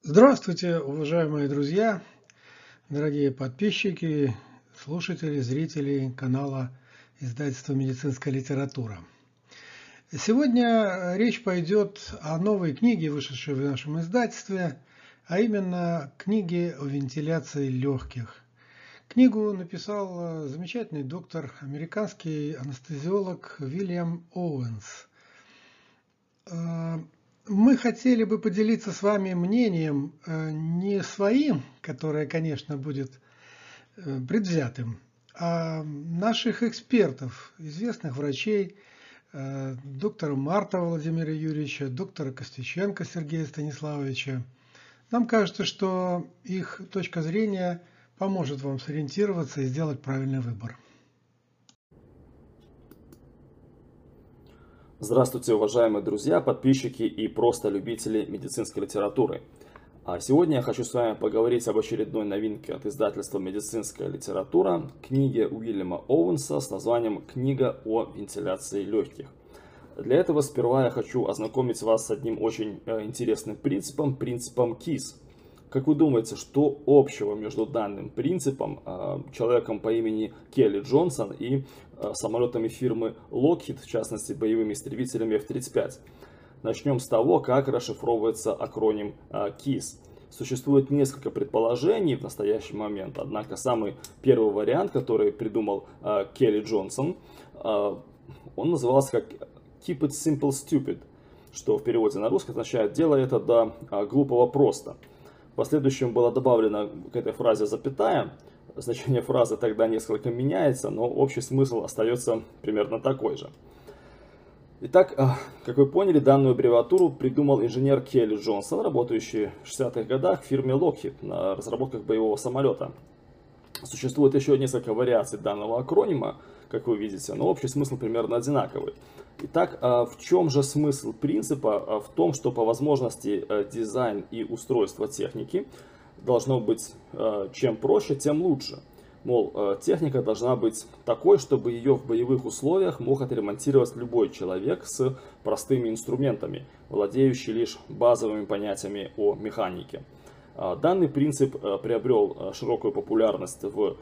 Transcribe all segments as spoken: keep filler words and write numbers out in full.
Здравствуйте, уважаемые друзья, дорогие подписчики, слушатели, зрители канала издательства «Медицинская литература». Сегодня речь пойдет о новой книге, вышедшей в нашем издательстве, а именно книге о вентиляции легких. Книгу написал замечательный доктор, американский анестезиолог Уильям Оуэнс. Мы хотели бы поделиться с вами мнением не своим, которое, конечно, будет предвзятым, а наших экспертов, известных врачей, доктора Мартова Владимира Юрьевича, доктора Костюченко Сергея Станиславовича. Нам кажется, что их точка зрения поможет вам сориентироваться и сделать правильный выбор. Здравствуйте, уважаемые друзья, подписчики и просто любители медицинской литературы. А сегодня я хочу с вами поговорить об очередной новинке от издательства «Медицинская литература», книге Уильяма Оуэнса с названием «Книга о вентиляции легких». Для этого сперва я хочу ознакомить вас с одним очень интересным принципом, принципом КИС. Как вы думаете, что общего между данным принципом, человеком по имени Келли Джонсон и самолетами фирмы Lockheed, в частности боевыми истребителями эф тридцать пять? Начнем с того, как расшифровывается акроним КИС. Существует несколько предположений в настоящий момент, однако самый первый вариант, который придумал Келли Джонсон, он назывался как Keep it simple stupid, что в переводе на русский означает «делай это до глупого просто». В последующем была добавлена к этой фразе запятая. Значение фразы тогда несколько меняется, но общий смысл остается примерно такой же. Итак, как вы поняли, данную аббревиатуру придумал инженер Келли Джонсон, работающий в шестидесятых годах в фирме Lockheed на разработках боевого самолета. Существует еще несколько вариаций данного акронима, как вы видите, но общий смысл примерно одинаковый. Итак, в чем же смысл принципа? В том, что по возможности дизайн и устройство техники должно быть чем проще, тем лучше. Мол, техника должна быть такой, чтобы ее в боевых условиях мог отремонтировать любой человек с простыми инструментами, владеющий лишь базовыми понятиями о механике. Данный принцип приобрел широкую популярность в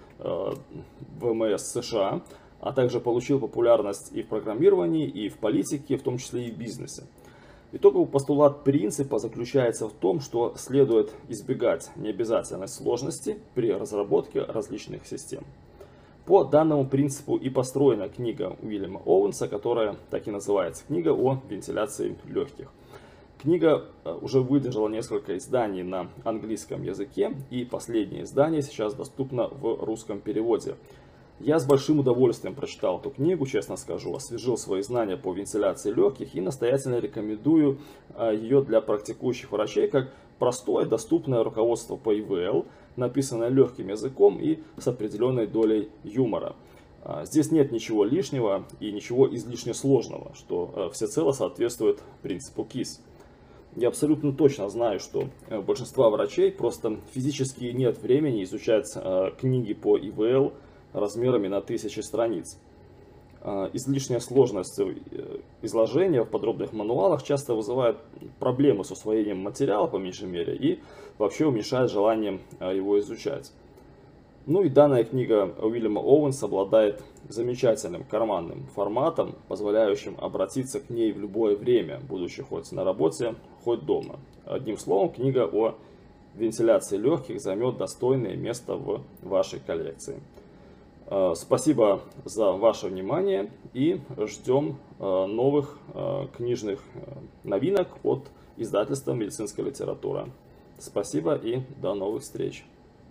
ВМС США, а также получил популярность и в программировании, и в политике, в том числе и в бизнесе. Итоговый постулат принципа заключается в том, что следует избегать необязательной сложности при разработке различных систем. По данному принципу и построена книга Уильяма Оуэнса, которая так и называется «Книга о вентиляции легких». Книга уже выдержала несколько изданий на английском языке, и последнее издание сейчас доступно в русском переводе. Я с большим удовольствием прочитал эту книгу, честно скажу, освежил свои знания по вентиляции легких и настоятельно рекомендую ее для практикующих врачей как простое, доступное руководство по и вэ эл, написанное легким языком и с определенной долей юмора. Здесь нет ничего лишнего и ничего излишне сложного, что всецело соответствует принципу КИС. Я абсолютно точно знаю, что у большинства врачей просто физически нет времени изучать книги по и вэ эл размерами на тысячи страниц. Излишняя сложность изложения в подробных мануалах часто вызывает проблемы с усвоением материала, по меньшей мере, и вообще уменьшает желание его изучать. Ну и данная книга Уильяма Оуэнса обладает замечательным карманным форматом, позволяющим обратиться к ней в любое время, будучи хоть на работе, хоть дома. Одним словом, книга о вентиляции легких займет достойное место в вашей коллекции. Спасибо за ваше внимание и ждем новых книжных новинок от издательства «Медицинская литература». Спасибо и до новых встреч.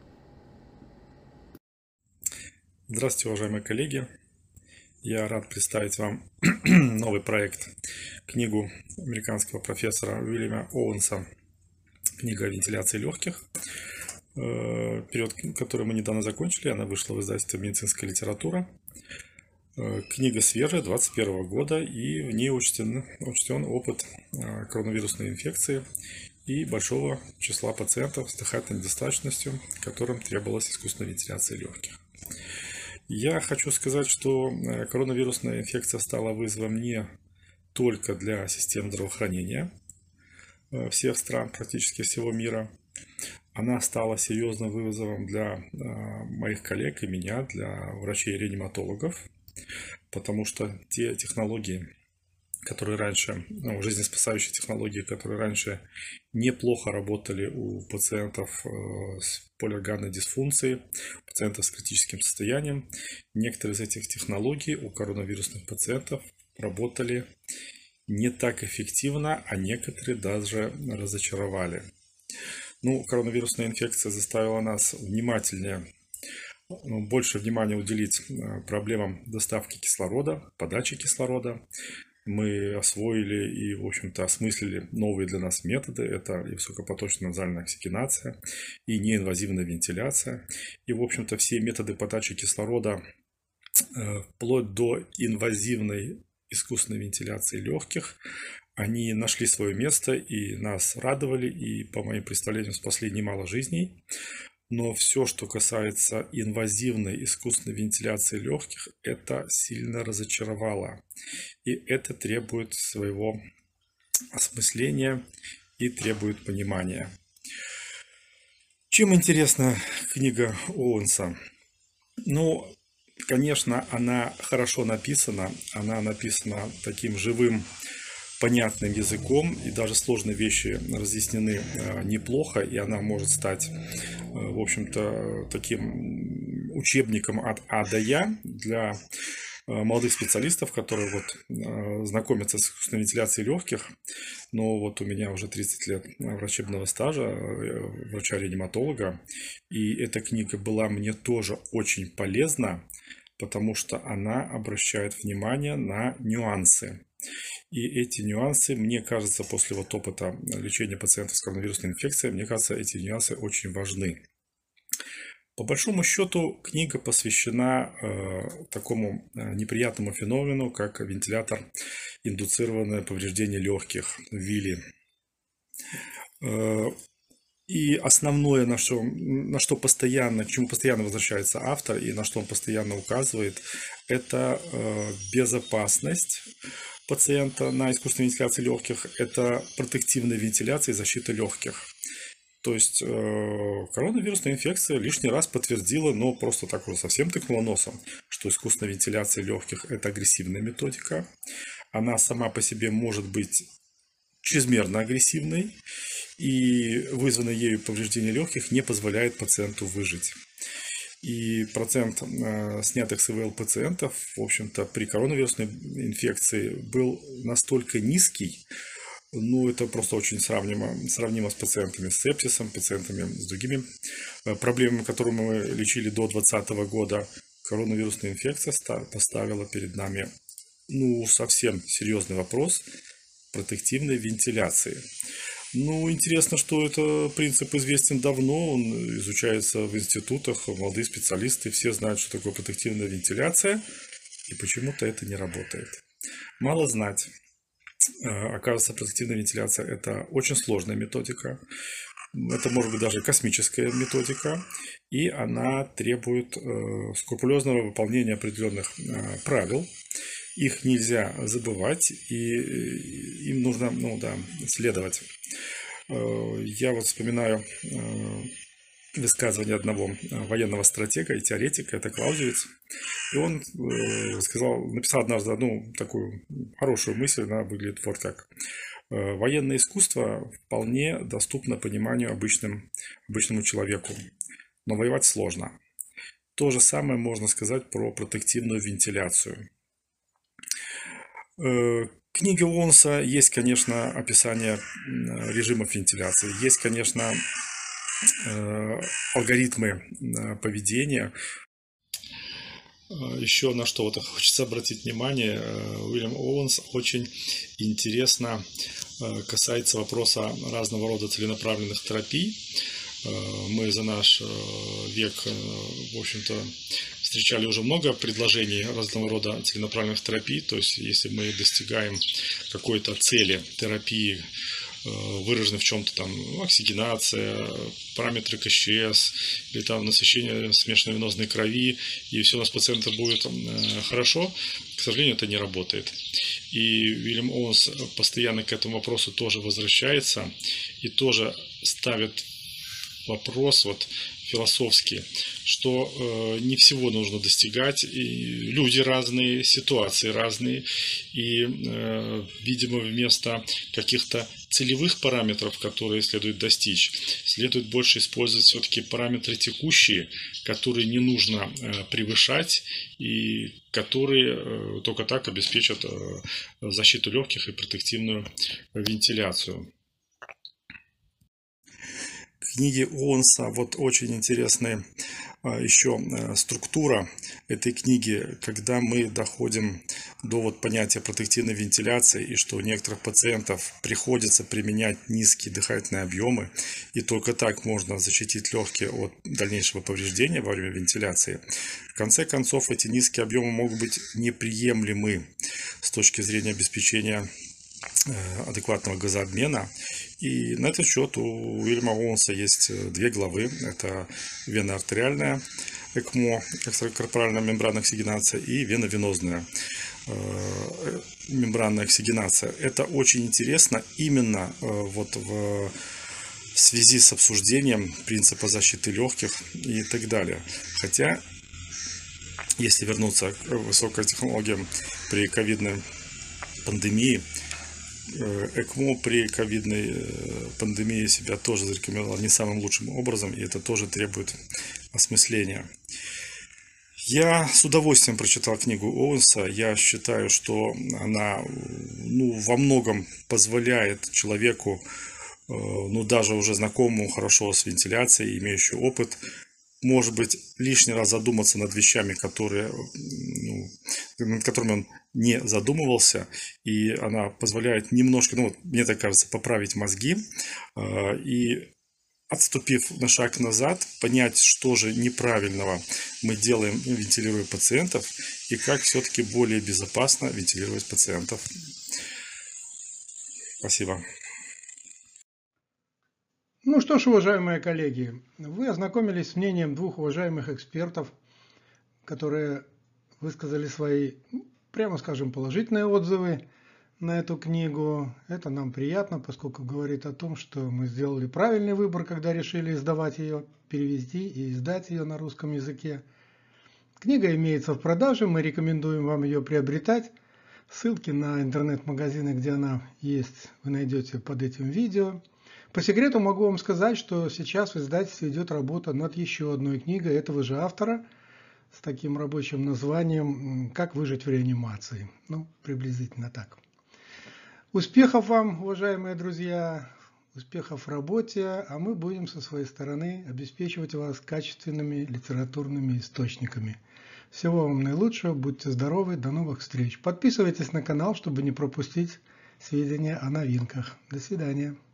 Здравствуйте, уважаемые коллеги. Я рад представить вам новый проект, книгу американского профессора Уильяма Оуэнса «Книга о вентиляции легких», период, который мы недавно закончили. Она вышла в издательстве «Медицинская литература». Книга свежая, двадцать первого года, и в ней учтен, учтен опыт коронавирусной инфекции и большого числа пациентов с дыхательной недостаточностью, которым требовалась искусственная вентиляция легких. Я хочу сказать, что коронавирусная инфекция стала вызовом не только для систем здравоохранения, всех стран, практически всего мира. Она стала серьезным вызовом для моих коллег и меня, для врачей-реаниматологов, потому что те технологии, которые раньше, ну, жизнеспасающие технологии, которые раньше неплохо работали у пациентов с полиорганной дисфункцией, пациентов с критическим состоянием, некоторые из этих технологий у коронавирусных пациентов работали не так эффективно, а некоторые даже разочаровали. Ну, коронавирусная инфекция заставила нас внимательнее, больше внимания уделить проблемам доставки кислорода, подачи кислорода. Мы освоили и, в общем-то, осмыслили новые для нас методы. Это и высокопоточная назальная оксигенация, и неинвазивная вентиляция. И, в общем-то, все методы подачи кислорода, вплоть до инвазивной искусственной вентиляции легких, они нашли свое место и нас радовали, и, по моим представлениям, спасли немало жизней. Но все, что касается инвазивной искусственной вентиляции легких, это сильно разочаровало. И это требует своего осмысления и требует понимания. Чем интересна книга Оуэнса? Ну, конечно, она хорошо написана. Она написана таким живым, понятным языком, и даже сложные вещи разъяснены неплохо, и она может стать, в общем-то, таким учебником от А до Я для молодых специалистов, которые вот знакомятся с искусственной вентиляцией легких. Но вот у меня уже тридцать лет врачебного стажа, врача-реаниматолога, и эта книга была мне тоже очень полезна, потому что она обращает внимание на нюансы. И эти нюансы, мне кажется, после вот опыта лечения пациентов с коронавирусной инфекцией, мне кажется, эти нюансы очень важны. По большому счету, книга посвящена э, такому неприятному феномену, как вентилятор-индуцированное повреждение легких, ВИЛИ. Э, и основное, на что, на что постоянно, к чему постоянно возвращается автор и на что он постоянно указывает, это э, безопасность пациента на искусственной вентиляции легких, это протективная вентиляция и защита легких. То есть э, коронавирусная инфекция лишний раз подтвердила, но просто так вот совсем тыкнула носом, что искусственная вентиляция легких – это агрессивная методика. Она сама по себе может быть чрезмерно агрессивной, и вызванное ею повреждение легких не позволяет пациенту выжить. И процент э, снятых с ИВЛ пациентов, в общем-то, при коронавирусной инфекции был настолько низкий, ну, это просто очень сравнимо, сравнимо с пациентами с сепсисом, пациентами с другими э, проблемами, которые мы лечили до две тысячи двадцатого года. Коронавирусная инфекция поставила перед нами, ну, совсем серьезный вопрос протективной вентиляции. Ну, интересно, что этот принцип известен давно, он изучается в институтах, молодые специалисты, все знают, что такое протективная вентиляция, и почему-то это не работает. Мало знать. Оказывается, протективная вентиляция – это очень сложная методика, это может быть даже космическая методика, и она требует скрупулезного выполнения определенных правил. Их нельзя забывать, и им нужно, ну, да, следовать. Я вот вспоминаю высказывание одного военного стратега и теоретика, это Клаузевиц. И он сказал, написал однажды одну такую хорошую мысль, она выглядит вот как. Военное искусство вполне доступно пониманию обычным, обычному человеку, но воевать сложно. То же самое можно сказать про протективную вентиляцию. В книге Оуэнса есть, конечно, описание режимов вентиляции, есть, конечно, алгоритмы поведения. Еще на что вот хочется обратить внимание, Уильям Оуэнс очень интересно касается вопроса разного рода целенаправленных терапий. Мы за наш век, в общем-то, встречали уже много предложений разного рода целенаправленных терапий. То есть, если мы достигаем какой-то цели терапии, выражены в чем-то там ну, оксигенация, параметры ка че эс или там насыщение смешанной венозной крови, и все у нас пациента будет хорошо, к сожалению, это не работает. И Уильям Оуэнс постоянно к этому вопросу тоже возвращается и тоже ставит вопрос вот философский, что э, не всего нужно достигать, и люди разные, ситуации разные, и, э, видимо, вместо каких-то целевых параметров, которые следует достичь, следует больше использовать все-таки параметры текущие, которые не нужно э, превышать, и которые э, только так обеспечат э, защиту легких и протективную вентиляцию. Книги Оуэнса, вот очень интересная еще структура этой книги, когда мы доходим до вот понятия протективной вентиляции, и что у некоторых пациентов приходится применять низкие дыхательные объемы, и только так можно защитить легкие от дальнейшего повреждения во время вентиляции. В конце концов, эти низкие объемы могут быть неприемлемы с точки зрения обеспечения адекватного газообмена. И на этот счет у Уильяма Оуэнса есть две главы. Это венно-артериальная ЭКМО, экстракорпоральная мембранная оксигенация, и венно-венозная мембранная оксигенация. Это очень интересно именно вот в связи с обсуждением принципа защиты легких и так далее. Хотя, если вернуться к высокой технологиям при ковидной пандемии, ЭКМО при ковидной пандемии себя тоже зарекомендовал не самым лучшим образом, и это тоже требует осмысления. Я с удовольствием прочитал книгу Оуэнса. Я считаю, что она ну, во многом позволяет человеку, ну даже уже знакомому хорошо с вентиляцией, имеющему опыт, может быть, лишний раз задуматься над вещами, которые, ну, над которыми он не задумывался, и она позволяет немножко, ну, мне так кажется, поправить мозги и, отступив на шаг назад, понять, что же неправильного мы делаем, вентилируя пациентов, и как все-таки более безопасно вентилировать пациентов. Спасибо. Ну что ж, уважаемые коллеги, вы ознакомились с мнением двух уважаемых экспертов, которые высказали свои, прямо скажем, положительные отзывы на эту книгу. Это нам приятно, поскольку говорит о том, что мы сделали правильный выбор, когда решили издавать ее, перевести и издать ее на русском языке. Книга имеется в продаже, мы рекомендуем вам ее приобретать. Ссылки на интернет-магазины, где она есть, вы найдете под этим видео. По секрету могу вам сказать, что сейчас в издательстве идет работа над еще одной книгой этого же автора с таким рабочим названием «Как выжить в реанимации». Ну, приблизительно так. Успехов вам, уважаемые друзья, успехов в работе, а мы будем со своей стороны обеспечивать вас качественными литературными источниками. Всего вам наилучшего, будьте здоровы, до новых встреч. Подписывайтесь на канал, чтобы не пропустить сведения о новинках. До свидания.